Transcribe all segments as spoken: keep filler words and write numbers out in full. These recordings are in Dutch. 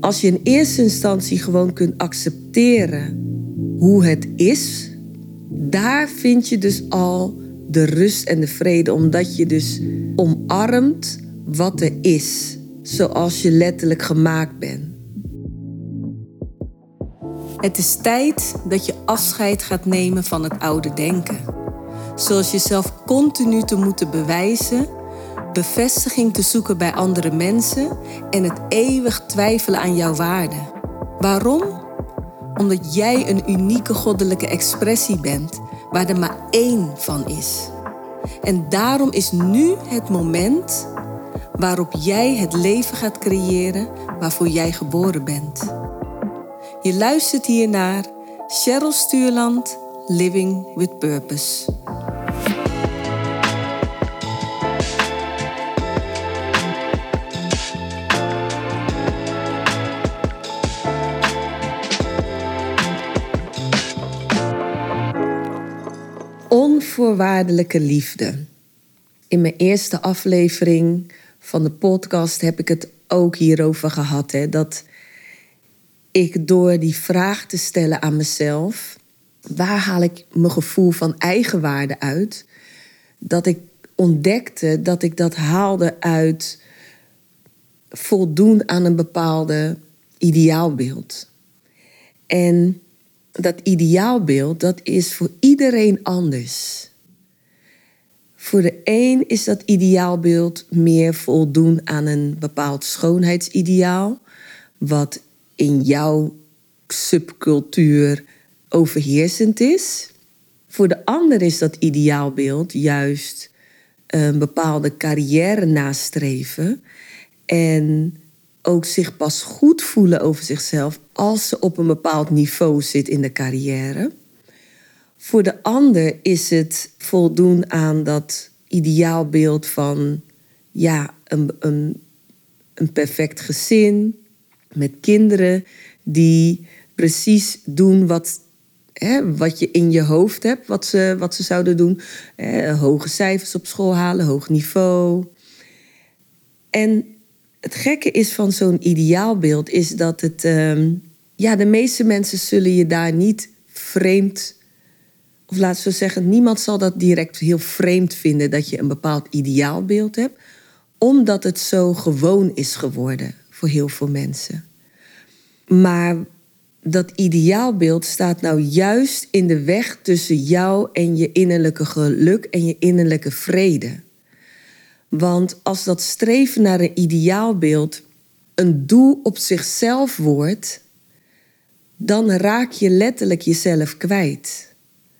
Als je in eerste instantie gewoon kunt accepteren hoe het is, daar vind je dus al de rust en de vrede, omdat je dus omarmt wat er is, zoals je letterlijk gemaakt bent. Het is tijd dat je afscheid gaat nemen van het oude denken. Zoals jezelf continu te moeten bewijzen, bevestiging te zoeken bij andere mensen en het eeuwig twijfelen aan jouw waarde. Waarom? Omdat jij een unieke goddelijke expressie bent, waar er maar één van is. En daarom is nu het moment waarop jij het leven gaat creëren waarvoor jij geboren bent. Je luistert hier naar Cheryl Stuurland, Living with Purpose. Onvoorwaardelijke liefde. In mijn eerste aflevering van de podcast heb ik het ook hierover gehad. Hè, dat ik door die vraag te stellen aan mezelf, waar haal ik mijn gevoel van eigenwaarde uit? Dat ik ontdekte dat ik dat haalde uit voldoen aan een bepaalde ideaalbeeld. En dat ideaalbeeld, dat is voor iedereen anders. Voor de een is dat ideaalbeeld meer voldoen aan een bepaald schoonheidsideaal, wat in jouw subcultuur overheersend is. Voor de ander is dat ideaalbeeld juist een bepaalde carrière nastreven en ook zich pas goed voelen over zichzelf als ze op een bepaald niveau zit in de carrière. Voor de ander is het voldoen aan dat ideaalbeeld van ja, een, een, een perfect gezin met kinderen die precies doen wat, hè, wat je in je hoofd hebt, wat ze, wat ze zouden doen. Hè, hoge cijfers op school halen, hoog niveau. En het gekke is van zo'n ideaalbeeld is dat het, um, ja, de meeste mensen zullen je daar niet vreemd, of laat ik zo zeggen, niemand zal dat direct heel vreemd vinden dat je een bepaald ideaalbeeld hebt, omdat het zo gewoon is geworden voor heel veel mensen. Maar dat ideaalbeeld staat nou juist in de weg tussen jou en je innerlijke geluk en je innerlijke vrede. Want als dat streven naar een ideaalbeeld een doel op zichzelf wordt, dan raak je letterlijk jezelf kwijt.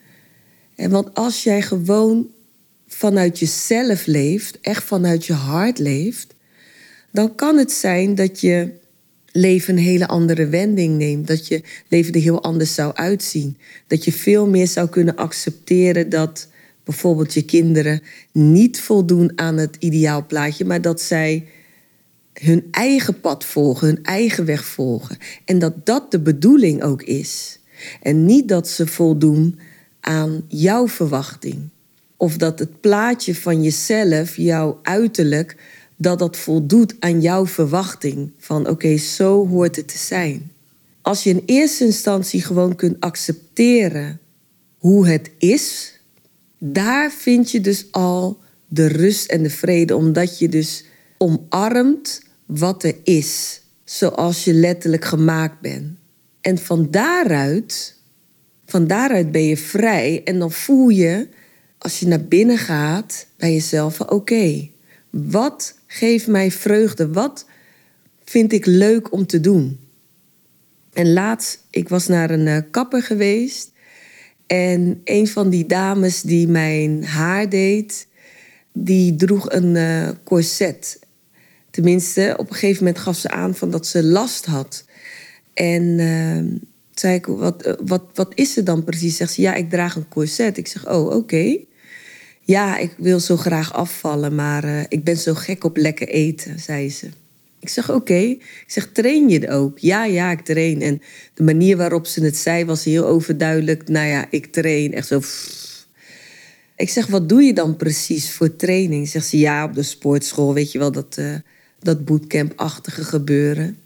En want als jij gewoon vanuit jezelf leeft, echt vanuit je hart leeft, dan kan het zijn dat je leven een hele andere wending neemt. Dat je leven er heel anders zou uitzien. Dat je veel meer zou kunnen accepteren dat bijvoorbeeld je kinderen niet voldoen aan het ideaalplaatje, maar dat zij hun eigen pad volgen, hun eigen weg volgen. En dat dat de bedoeling ook is. En niet dat ze voldoen aan jouw verwachting. Of dat het plaatje van jezelf, jouw uiterlijk, dat dat voldoet aan jouw verwachting. Van oké, okay, zo hoort het te zijn. Als je in eerste instantie gewoon kunt accepteren hoe het is, daar vind je dus al de rust en de vrede, omdat je dus omarmt wat er is, zoals je letterlijk gemaakt bent. En van daaruit, van daaruit ben je vrij en dan voel je, als je naar binnen gaat, bij jezelf van oké, okay, wat geeft mij vreugde? Wat vind ik leuk om te doen? En laatst, ik was naar een uh, kapper geweest. En een van die dames die mijn haar deed, die droeg een uh, corset. Tenminste, op een gegeven moment gaf ze aan van dat ze last had. En uh, zei ik, wat, uh, wat, wat is er dan precies? Zegt ze, ja, ik draag een corset. Ik zeg, oh, oké. Okay. Ja, ik wil zo graag afvallen, maar uh, ik ben zo gek op lekker eten, zei ze. Ik zeg, oké. Okay. Ik zeg, train je er ook? Ja, ja, ik train. En de manier waarop ze het zei was heel overduidelijk. Nou ja, ik train. Echt zo. Pff. Ik zeg, wat doe je dan precies voor training? Zegt ze, ja, op de sportschool, weet je wel, dat, uh, dat bootcamp-achtige gebeuren.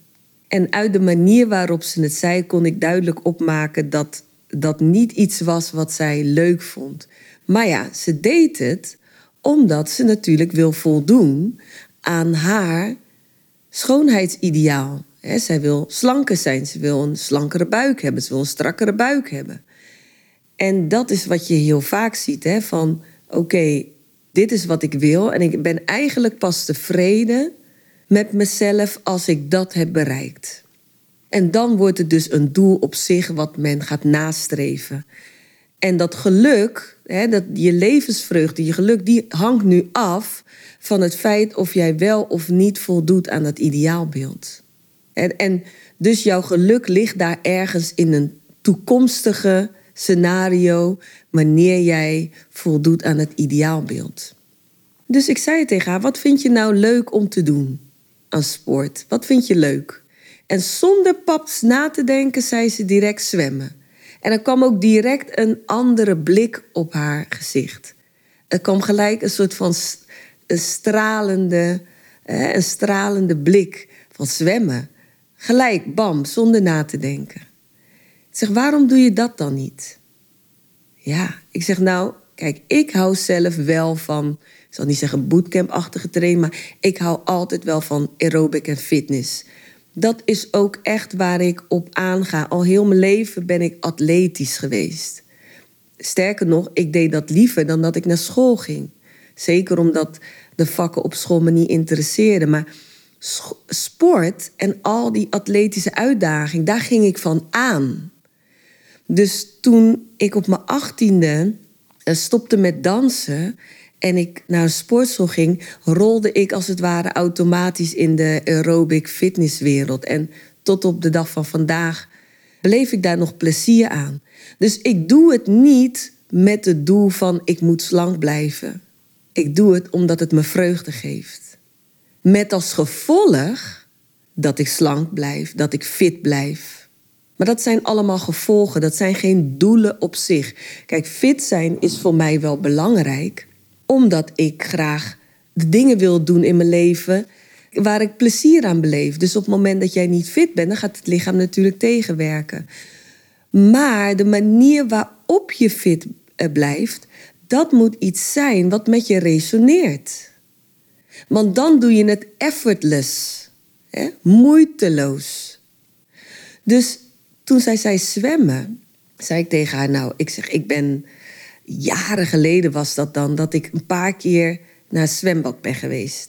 En uit de manier waarop ze het zei, kon ik duidelijk opmaken dat dat niet iets was wat zij leuk vond. Maar ja, ze deed het omdat ze natuurlijk wil voldoen aan haar schoonheidsideaal. He, zij wil slanker zijn, ze wil een slankere buik hebben, ze wil een strakkere buik hebben. En dat is wat je heel vaak ziet, hè, van oké, okay, dit is wat ik wil en ik ben eigenlijk pas tevreden met mezelf als ik dat heb bereikt. En dan wordt het dus een doel op zich wat men gaat nastreven. En dat geluk, hè, dat je levensvreugde, je geluk, die hangt nu af van het feit of jij wel of niet voldoet aan dat ideaalbeeld. En, en dus jouw geluk ligt daar ergens in een toekomstige scenario wanneer jij voldoet aan het ideaalbeeld. Dus ik zei tegen haar, wat vind je nou leuk om te doen aan sport? Wat vind je leuk? En zonder paps na te denken, zei ze direct zwemmen. En er kwam ook direct een andere blik op haar gezicht. Er kwam gelijk een soort van een stralende, een stralende blik van zwemmen. Gelijk, bam, zonder na te denken. Ik zeg, waarom doe je dat dan niet? Ja, ik zeg, nou, kijk, ik hou zelf wel van, ik zal niet zeggen bootcamp-achtige training, maar ik hou altijd wel van aerobic en fitness. Dat is ook echt waar ik op aanga. Al heel mijn leven ben ik atletisch geweest. Sterker nog, ik deed dat liever dan dat ik naar school ging. Zeker omdat de vakken op school me niet interesseerden. Maar sport en al die atletische uitdaging, daar ging ik van aan. Dus toen ik op mijn achttiende stopte met dansen en ik naar een sportschool ging, rolde ik als het ware automatisch in de aerobic fitnesswereld. En tot op de dag van vandaag beleef ik daar nog plezier aan. Dus ik doe het niet met het doel van ik moet slank blijven. Ik doe het omdat het me vreugde geeft. Met als gevolg dat ik slank blijf, dat ik fit blijf. Maar dat zijn allemaal gevolgen, dat zijn geen doelen op zich. Kijk, fit zijn is voor mij wel belangrijk, omdat ik graag de dingen wil doen in mijn leven waar ik plezier aan beleef. Dus op het moment dat jij niet fit bent, dan gaat het lichaam natuurlijk tegenwerken. Maar de manier waarop je fit blijft, dat moet iets zijn wat met je resoneert. Want dan doe je het effortless, hè? Moeiteloos. Dus toen zij zei zwemmen, zei ik tegen haar, nou, ik zeg, ik ben, jaren geleden was dat dan, dat ik een paar keer naar een zwembad ben geweest.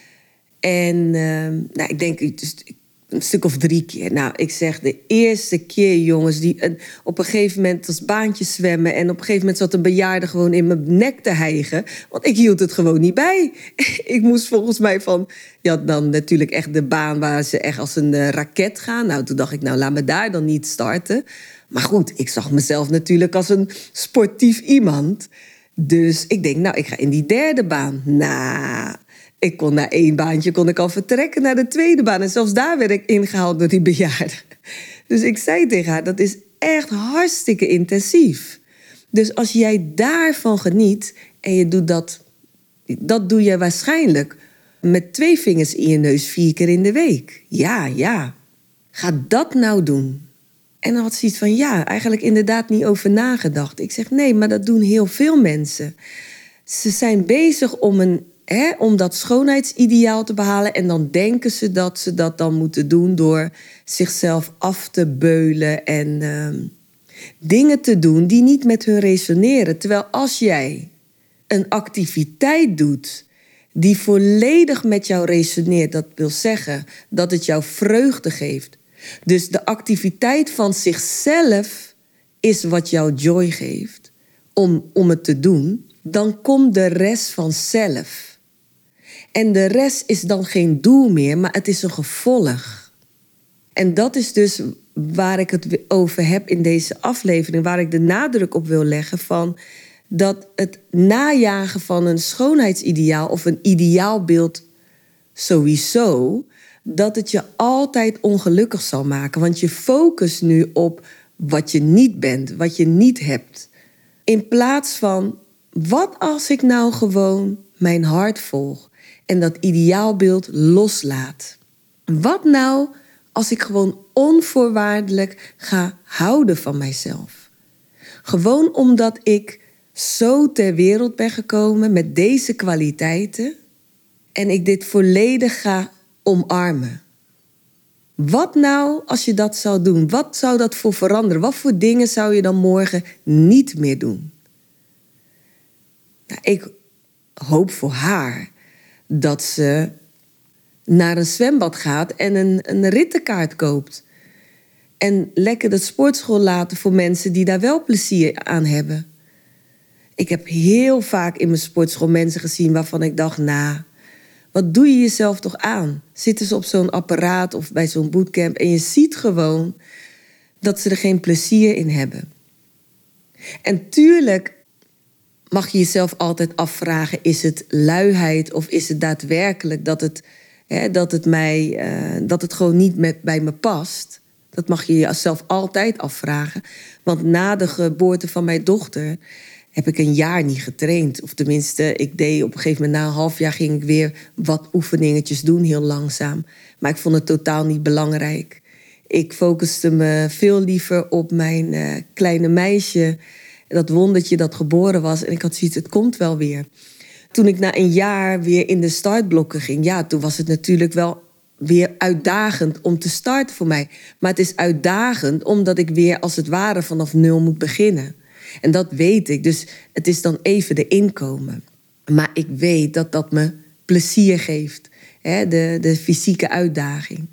En uh, nou, ik denk dus, een stuk of drie keer. Nou, ik zeg, de eerste keer, jongens, die uh, op een gegeven moment als baantje zwemmen en op een gegeven moment zat een bejaarde gewoon in mijn nek te hijgen, want ik hield het gewoon niet bij. Ik moest volgens mij van, je had dan natuurlijk echt de baan waar ze echt als een uh, raket gaan. Nou, toen dacht ik, nou, laat me daar dan niet starten. Maar goed, ik zag mezelf natuurlijk als een sportief iemand. Dus ik denk, nou, ik ga in die derde baan. Nou, ik kon na één baantje kon ik al vertrekken naar de tweede baan. En zelfs daar werd ik ingehaald door die bejaarde. Dus ik zei tegen haar, dat is echt hartstikke intensief. Dus als jij daarvan geniet en je doet dat, dat doe je waarschijnlijk met twee vingers in je neus vier keer in de week. Ja, ja. Ga dat nou doen. En dan had ze iets van, ja, eigenlijk inderdaad niet over nagedacht. Ik zeg, nee, maar dat doen heel veel mensen. Ze zijn bezig om, een, hè, om dat schoonheidsideaal te behalen en dan denken ze dat ze dat dan moeten doen door zichzelf af te beulen en uh, dingen te doen die niet met hun resoneren. Terwijl als jij een activiteit doet die volledig met jou resoneert, dat wil zeggen dat het jou vreugde geeft. Dus de activiteit van zichzelf is wat jou joy geeft om, om het te doen. Dan komt de rest vanzelf. En de rest is dan geen doel meer, maar het is een gevolg. En dat is dus waar ik het over heb in deze aflevering, waar ik de nadruk op wil leggen van dat het najagen van een schoonheidsideaal of een ideaalbeeld sowieso, dat het je altijd ongelukkig zal maken. Want je focust nu op wat je niet bent, wat je niet hebt. In plaats van, wat als ik nou gewoon mijn hart volg en dat ideaalbeeld loslaat? Wat nou als ik gewoon onvoorwaardelijk ga houden van mijzelf. Gewoon omdat ik zo ter wereld ben gekomen met deze kwaliteiten en ik dit volledig ga omarmen. Wat nou als je dat zou doen? Wat zou dat voor veranderen? Wat voor dingen zou je dan morgen niet meer doen? Nou, ik hoop voor haar dat ze naar een zwembad gaat en een, een rittenkaart koopt. En lekker de sportschool laten voor mensen die daar wel plezier aan hebben. Ik heb heel vaak in mijn sportschool mensen gezien waarvan ik dacht, nou, wat doe je jezelf toch aan? Zitten ze op zo'n apparaat of bij zo'n bootcamp en je ziet gewoon dat ze er geen plezier in hebben. En tuurlijk mag je jezelf altijd afvragen, is het luiheid of is het daadwerkelijk dat het, hè, dat het, mij, uh, dat het gewoon niet met, bij me past? Dat mag je jezelf altijd afvragen. Want na de geboorte van mijn dochter heb ik een jaar niet getraind. Of tenminste, ik deed op een gegeven moment na een half jaar ging ik weer wat oefeningetjes doen, heel langzaam. Maar ik vond het totaal niet belangrijk. Ik focuste me veel liever op mijn uh, kleine meisje, dat wondertje dat geboren was. En ik had zoiets, het komt wel weer. Toen ik na een jaar weer in de startblokken ging, ja, toen was het natuurlijk wel weer uitdagend om te starten voor mij. Maar het is uitdagend omdat ik weer als het ware vanaf nul moet beginnen. En dat weet ik. Dus het is dan even de inkomen. Maar ik weet dat dat me plezier geeft. Hè? De, de fysieke uitdaging.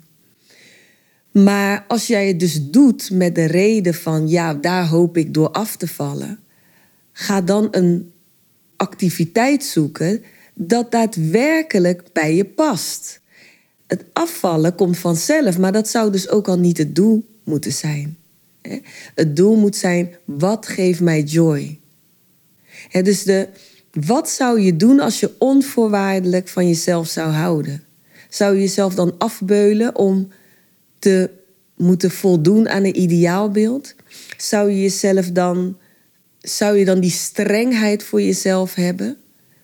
Maar als jij het dus doet met de reden van, ja, daar hoop ik door af te vallen. Ga dan een activiteit zoeken dat daadwerkelijk bij je past. Het afvallen komt vanzelf, maar dat zou dus ook al niet het doel moeten zijn. Het doel moet zijn, wat geeft mij joy? Dus de, wat zou je doen als je onvoorwaardelijk van jezelf zou houden? Zou je jezelf dan afbeulen om te moeten voldoen aan een ideaalbeeld? Zou je jezelf dan, zou je dan die strengheid voor jezelf hebben?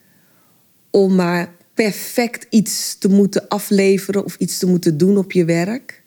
Om maar perfect iets te moeten afleveren of iets te moeten doen op je werk?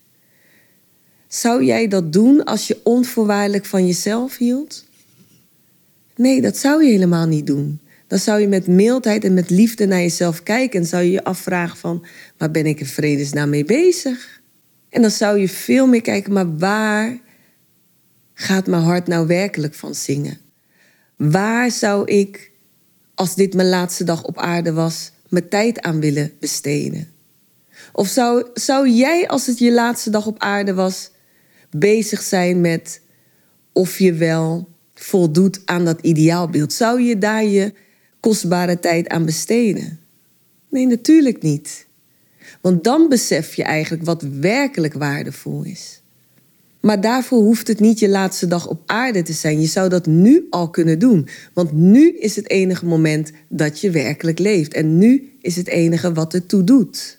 Zou jij dat doen als je onvoorwaardelijk van jezelf hield? Nee, dat zou je helemaal niet doen. Dan zou je met mildheid en met liefde naar jezelf kijken en zou je je afvragen van, waar ben ik in vredesnaam mee bezig? En dan zou je veel meer kijken, maar waar gaat mijn hart nou werkelijk van zingen? Waar zou ik, als dit mijn laatste dag op aarde was, mijn tijd aan willen besteden? Of zou, zou jij, als het je laatste dag op aarde was, bezig zijn met of je wel voldoet aan dat ideaalbeeld? Zou je daar je kostbare tijd aan besteden? Nee, natuurlijk niet. Want dan besef je eigenlijk wat werkelijk waardevol is. Maar daarvoor hoeft het niet je laatste dag op aarde te zijn. Je zou dat nu al kunnen doen. Want nu is het enige moment dat je werkelijk leeft. En nu is het enige wat ertoe doet.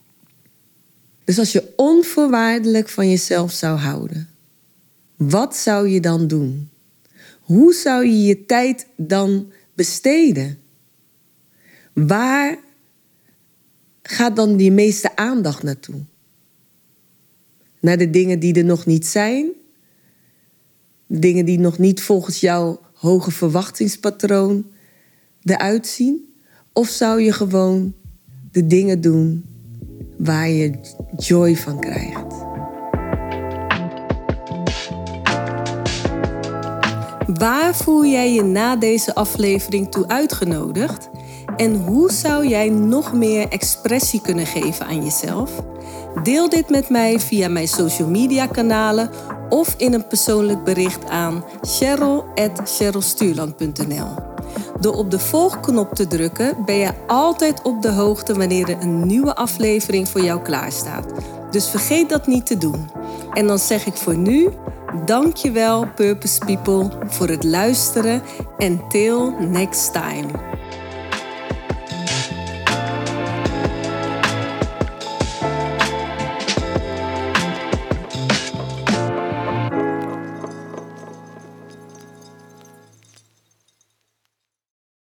Dus als je onvoorwaardelijk van jezelf zou houden, wat zou je dan doen? Hoe zou je je tijd dan besteden? Waar gaat dan die meeste aandacht naartoe? Naar de dingen die er nog niet zijn? De dingen die nog niet volgens jouw hoge verwachtingspatroon eruit zien? Of zou je gewoon de dingen doen waar je joy van krijgt? Waar voel jij je na deze aflevering toe uitgenodigd? En hoe zou jij nog meer expressie kunnen geven aan jezelf? Deel dit met mij via mijn social media kanalen of in een persoonlijk bericht aan cheryl at cherylstuurland punt n l. Door op de volgknop te drukken ben je altijd op de hoogte wanneer er een nieuwe aflevering voor jou klaarstaat. Dus vergeet dat niet te doen. En dan zeg ik voor nu, dankjewel Purpose People voor het luisteren en till next time.